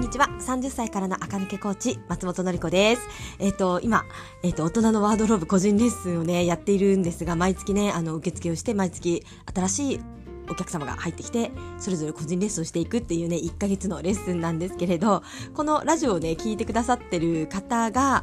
にちは。30歳からの赤抜けコーチ、松本のり子です。今、大人のワードローブ個人レッスンをね、やっているんですが、毎月ね、受付をして、毎月新しいお客様が入ってきて、それぞれ個人レッスンをしていくっていうね、1ヶ月のレッスンなんですけれど、このラジオをね、聞いてくださってる方が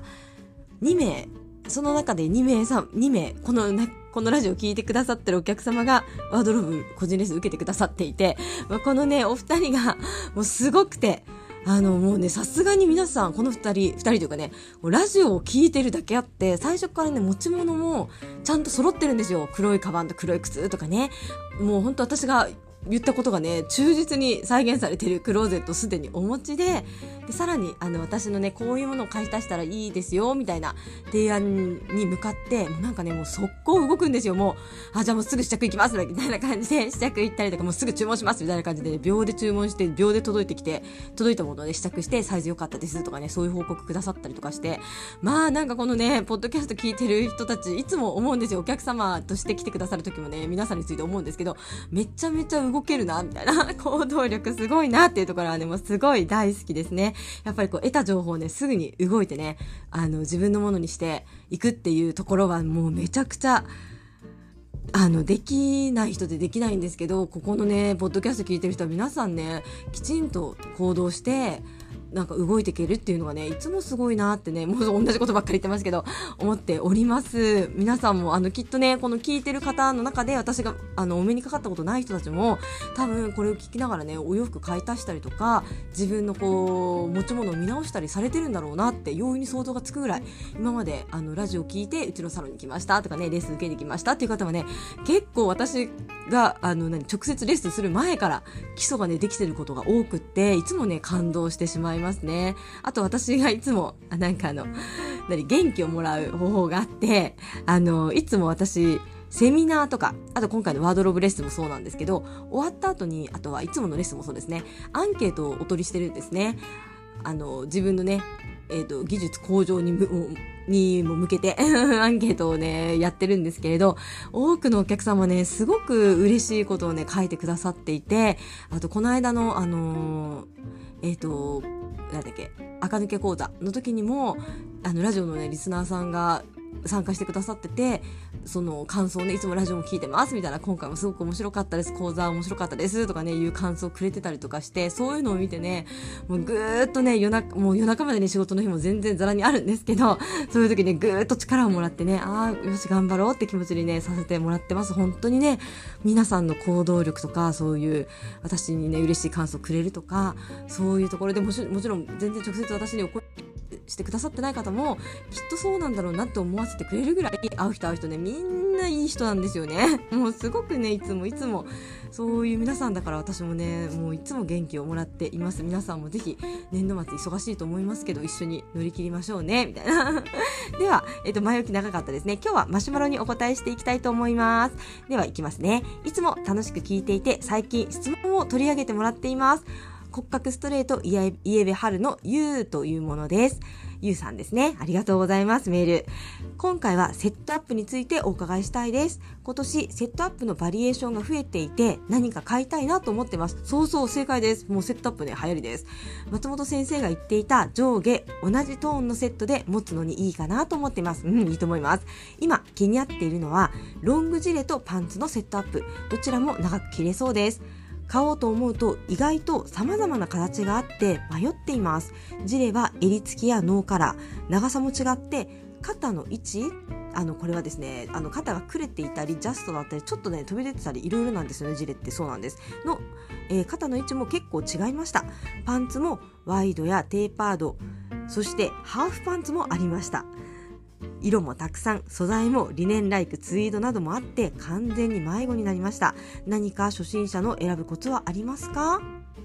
2名、その中で2名、このラジオを聞いてくださってるお客様がワードローブ個人レッスン受けてくださっていて、このね、お二人がもうすごくて、もうね、さすがに皆さん、この二人というかね、ラジオを聞いてるだけあって、最初からね、持ち物もちゃんと揃ってるんですよ。黒いカバンと黒い靴とかね。もう本当私が言ったことがね、忠実に再現されているクローゼットすでにお持ちで、さらに私のね、こういうものを買い足したらいいですよみたいな提案に向かって、もうなんかね、もう速攻動くんですよ。もうじゃあもうすぐ試着行きますみたいな感じで試着行ったりとか、もうすぐ注文しますみたいな感じで、ね、秒で注文して秒で届いたもので試着してサイズ良かったですとかね、そういう報告くださったりとかして、まあなんかこのね、ポッドキャスト聞いてる人たちいつも思うんですよ。お客様として来てくださる時もね、皆さんについて思うんですけど、めちゃめちゃ動けるなみたいな、行動力すごいなっていうところはね、もうすごい大好きですね。やっぱりこう得た情報をね、すぐに動いてね、自分のものにしていくっていうところはもうめちゃくちゃできない人でできないんですけど、ここのね、ポッドキャスト聞いてる人は皆さんね、きちんと行動してなんか動いていけるっていうのがね、いつもすごいなってね、もう同じことばっかり言ってますけど、思っております。皆さんもきっとね、この聞いてる方の中で、私がお目にかかったことない人たちも多分これを聞きながらね、お洋服買い足したりとか、自分のこう持ち物を見直したりされてるんだろうなって容易に想像がつくぐらい、今までラジオを聞いてうちのサロンに来ましたとかね、レッスン受けに来ましたっていう方はね、結構私が直接レッスンする前から基礎がねできてることが多くって、いつもね感動してしまいますね。あと私がいつも元気をもらう方法があって、いつも私セミナーとか、あと今回のワードローブレッスンもそうなんですけど、終わった後に、あとはいつものレッスンもそうですね、アンケートをお取りしてるんですね。自分のね、技術向上にも向けてアンケートをねやってるんですけれど、多くのお客様ね、すごく嬉しいことをね書いてくださっていて、あとこの間の赤抜け講座の時にもラジオのねリスナーさんが参加してくださってて、その感想をね、いつもラジオも聞いてますみたいな、今回もすごく面白かったです、講座面白かったですとかね、いう感想をくれてたりとかして、そういうのを見てね、もうぐーっとね、夜中までね、仕事の日も全然ざらにあるんですけど、そういう時ね、ぐーっと力をもらってね、よし頑張ろうって気持ちにねさせてもらってます。本当にね、皆さんの行動力とか、そういう私にね嬉しい感想をくれるとか、そういうところでもちろん全然直接私に怒してくださってない方もきっとそうなんだろうなって思わせてくれるぐらい、会う人ね、みんないい人なんですよね。もうすごくね、いつもそういう皆さんだから、私もね、もういつも元気をもらっています。皆さんもぜひ年度末忙しいと思いますけど、一緒に乗り切りましょうねみたいなでは、前置き長かったですね。今日はマシュマロにお答えしていきたいと思います。ではいきますね。いつも楽しく聞いていて、最近質問を取り上げてもらっています。骨格ストレートイエベ春のゆうというものです。ゆうさんですね。ありがとうございます。メール。今回はセットアップについてお伺いしたいです。今年セットアップのバリエーションが増えていて、何か買いたいなと思ってます。そう正解です。もうセットアップね、流行りです。松本先生が言っていた上下同じトーンのセットで持つのにいいかなと思っています。いいと思います。今気になっているのはロングジレとパンツのセットアップ。どちらも長く着れそうです。買おうと思うと意外と様々な形があって迷っています。ジレは襟付きやノーカラー、長さも違って肩の位置、これはですね、肩がくれていたりジャストだったりちょっとね飛び出てたりいろいろなんですよね。ジレってそうなんですの、肩の位置も結構違いました。パンツもワイドやテーパード、そしてハーフパンツもありました。色もたくさん、素材もリネンライク、ツイードなどもあって完全に迷子になりました。何か初心者の選ぶコツはありますか？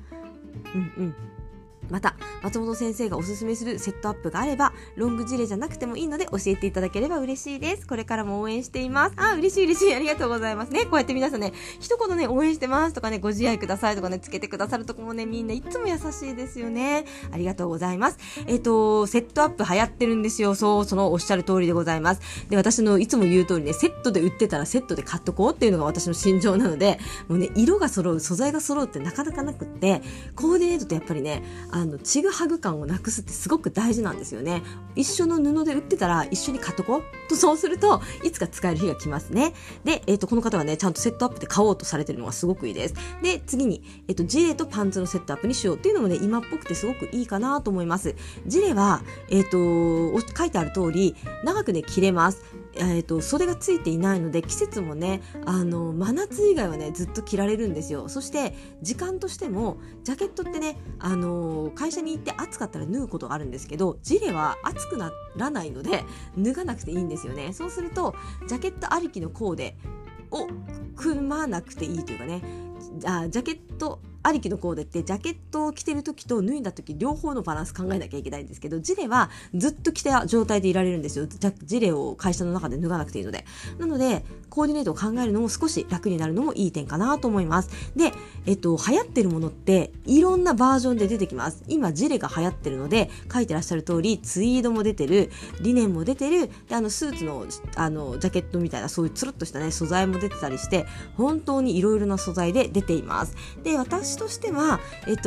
また松本先生がおすすめするセットアップがあれば、ロングジレじゃなくてもいいので教えていただければ嬉しいです。これからも応援しています。嬉しい、ありがとうございますね。こうやって皆さんね、一言ね、応援してますとかね、ご自愛くださいとかね、つけてくださるとこもね、みんないつも優しいですよね。ありがとうございます。セットアップ流行ってるんですよ。そのおっしゃる通りでございます。で、私のいつも言う通りね、セットで売ってたらセットで買っとこうっていうのが私の心情なので、もうね、色が揃う、素材が揃うってなかなかなくって、コーディネートってやっぱりね、 ちぐはぐ感をなくすってすごく大事なんですよね。一緒の布で売ってたら一緒に買っとこうと、そうするといつか使える日が来ますね。で、この方はねちゃんとセットアップで買おうとされてるのがすごくいいです。で、次に、ジレとパンツのセットアップにしようっていうのもね今っぽくてすごくいいかなと思います。ジレは、書いてある通り長くね着れます。袖がついていないので季節もね真夏以外はねずっと着られるんですよ。そして時間としてもジャケットってね会社に行って暑かったら脱ぐことがあるんですけど、ジレは暑くならないので脱がなくていいんですよね。そうするとジャケットありきのコーデを組まなくていいというかね、ジャケットありきのコーデってジャケットを着てる時と脱いだ時両方のバランス考えなきゃいけないんですけど、ジレはずっと着た状態でいられるんですよ。ジレを会社の中で脱がなくていいので。なのでコーディネートを考えるのも少し楽になるのもいい点かなと思います。で、流行ってるものっていろんなバージョンで出てきます。今ジレが流行ってるので書いてらっしゃる通りツイードも出てる、リネンも出てる、でスーツのジャケットみたいなそういうつるっとしたね素材も出てたりして本当にいろいろな素材で出ています。で、私としては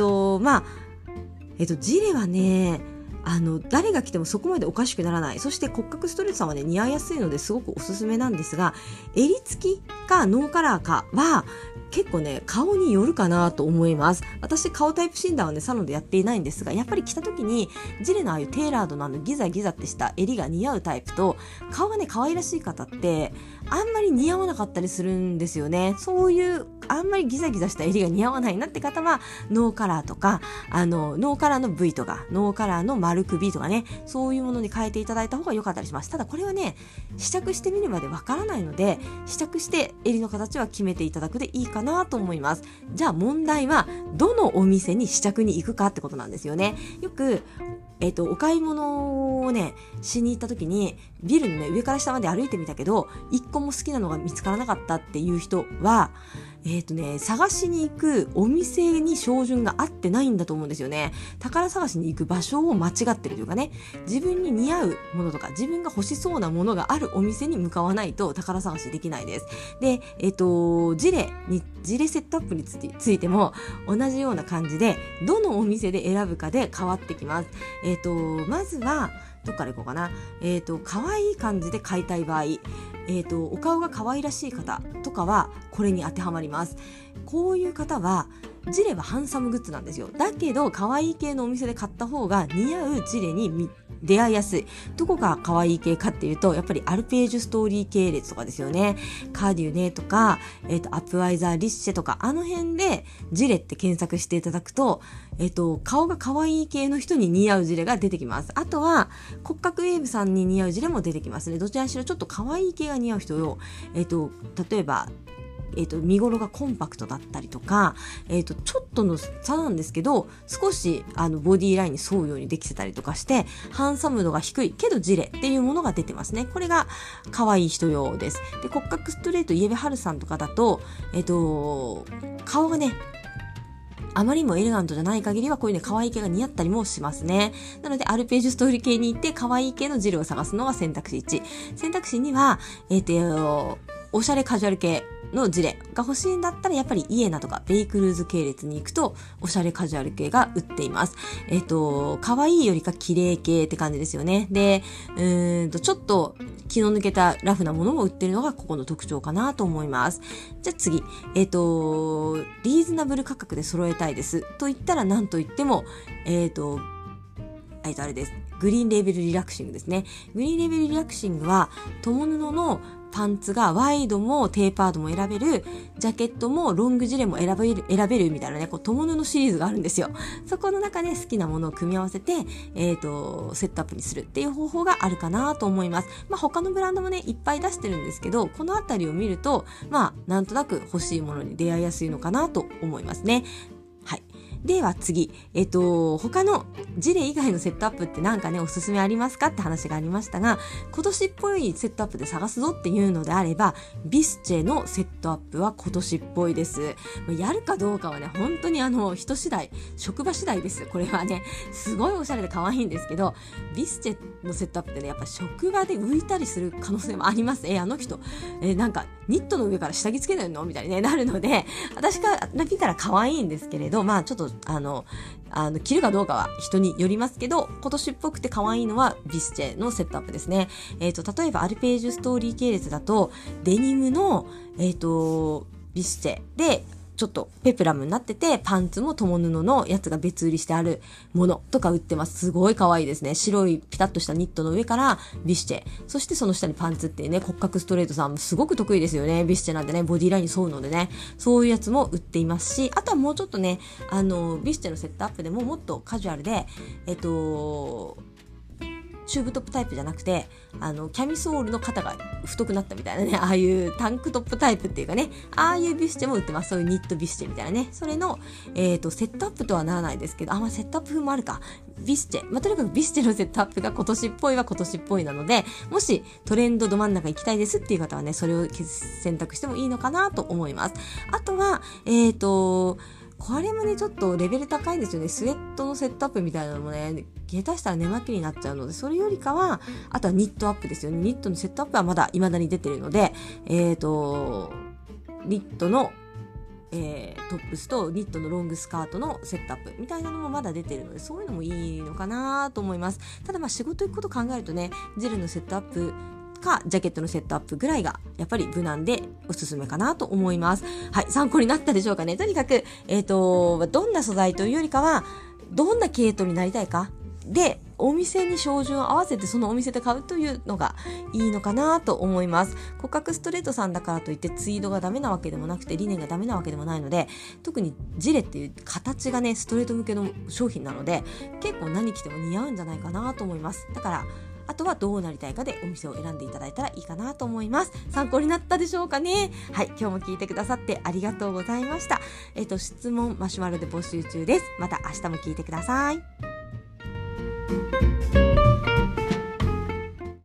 ジレはね誰が着てもそこまでおかしくならない。そして骨格ストレートさんはね似合いやすいのですごくおすすめなんですが、襟付きかノーカラーかは結構ね顔によるかなと思います。私顔タイプ診断はねサロンでやっていないんですが、やっぱり着た時にジレのああいうテーラードのギザギザってした襟が似合うタイプと、顔がね可愛らしい方ってあんまり似合わなかったりするんですよね。そういうあんまりギザギザした襟が似合わないなって方はノーカラーとかノーカラーの V とかノーカラーの丸首とかね、そういうものに変えていただいた方が良かったりします。ただこれはね試着してみるまでわからないので、試着して襟の形は決めていただくでいいかなと思います。じゃあ問題はどのお店に試着に行くかってことなんですよね。よくお買い物をねしに行った時にビルのね上から下まで歩いてみたけど一個も好きなのが見つからなかったっていう人は探しに行くお店に照準が合ってないんだと思うんですよね。宝探しに行く場所を間違ってるというかね、自分に似合うものとか自分が欲しそうなものがあるお店に向かわないと宝探しできないです。で、ジレセットアップについても同じような感じでどのお店で選ぶかで変わってきます。まずはどっから行こうかな。可愛い感じで買いたい場合、お顔が可愛らしい方とかはこれに当てはまります。こういう方はジレはハンサムグッズなんですよ。だけど可愛い系のお店で買った方が似合うジレに出会いやすい。どこが可愛い系かっていうとやっぱりアルページュストーリー系列とかですよね。カーデュネとか、アップワイザーリッシェとかあの辺でジレって検索していただくと、顔が可愛い系の人に似合うジレが出てきます。あとは骨格ウェーブさんに似合うジレも出てきますね。どちらにしろちょっと可愛い系が似合う人を、例えば見頃がコンパクトだったりとか、ちょっとの差なんですけど少しボディラインに沿うようにできてたりとかしてハンサム度が低いけどジレっていうものが出てますね。これが可愛い人用です。で、骨格ストレートイエベハルさんとかだと顔がねあまりにもエレガントじゃない限りはこういうね可愛い系が似合ったりもしますね。なのでアルページュストーリー系に行って可愛い系のジレを探すのが選択肢1。選択肢2はおしゃれカジュアル系のジレが欲しいんだったらやっぱりイエナとかベイクルーズ系列に行くとおしゃれカジュアル系が売っています。可愛いよりか綺麗系って感じですよね。で、ちょっと気の抜けたラフなものも売ってるのがここの特徴かなと思います。じゃあ次、リーズナブル価格で揃えたいですと言ったら何と言ってもあれです。グリーンレーベルリラクシングですね。グリーンレーベルリラクシングは友布のパンツがワイドもテーパードも選べる、ジャケットもロングジレも選べるみたいなね、友布シリーズがあるんですよ。そこの中で好きなものを組み合わせて、セットアップにするっていう方法があるかなと思います。他のブランドもね、いっぱい出してるんですけど、このあたりを見ると、なんとなく欲しいものに出会いやすいのかなと思いますね。はい。では次、他のジレ以外のセットアップってなんかねおすすめありますかって話がありましたが、今年っぽいセットアップで探すぞっていうのであればビスチェのセットアップは今年っぽいです。やるかどうかはね本当に人次第、職場次第です。これはねすごいおしゃれで可愛いんですけど、ビスチェのセットアップってねやっぱ職場で浮いたりする可能性もあります。あの人なんかニットの上から下着つけてるのみたいに、ね、なるので、私から見たら可愛いんですけれど、ちょっと着るかどうかは人によりますけど、今年っぽくて可愛いのはビスチェのセットアップですね。例えばアルページュストーリー系列だと、デニムの、ビスチェで、ちょっとペプラムになってて、パンツも友布のやつが別売りしてあるものとか売ってます。すごい可愛いですね。白いピタッとしたニットの上からビスチェ。そしてその下にパンツっていうね、骨格ストレートさんもすごく得意ですよね。ビスチェなんてね、ボディラインに沿うのでね。そういうやつも売っていますし、あとはもうちょっとね、ビスチェのセットアップでももっとカジュアルで、チューブトップタイプじゃなくて、キャミソールの肩が太くなったみたいなね、ああいうタンクトップタイプっていうかね、ああいうビスチェも売ってます。そういうニットビスチェみたいなね。それの、セットアップとはならないですけど、セットアップ風もあるか。ビスチェ。とにかくビスチェのセットアップが今年っぽいは今年っぽいなので、もしトレンドど真ん中行きたいですっていう方はね、それを選択してもいいのかなと思います。あとは、これもね、ちょっとレベル高いんですよね。スウェットのセットアップみたいなのもね、下手したら寝巻きになっちゃうので、それよりかは、あとはニットアップですよね。ニットのセットアップはまだ未だに出てるので、ニットの、トップスとニットのロングスカートのセットアップみたいなのもまだ出てるので、そういうのもいいのかなと思います。ただ仕事行くこと考えるとね、ジェルのセットアップかジャケットのセットアップぐらいがやっぱり無難でおすすめかなと思います。はい、参考になったでしょうかね。とにかく、どんな素材というよりかは、どんな系統になりたいかで、お店に照準を合わせてそのお店で買うというのがいいのかなと思います。骨格ストレートさんだからといってツイードがダメなわけでもなくて、リネンがダメなわけでもないので、特にジレっていう形がね、ストレート向けの商品なので、結構何着ても似合うんじゃないかなと思います。だからあとはどうなりたいかでお店を選んでいただいたらいいかなと思います。参考になったでしょうかね。はい、今日も聞いてくださってありがとうございました。質問マシュマロで募集中です。また明日も聞いてください。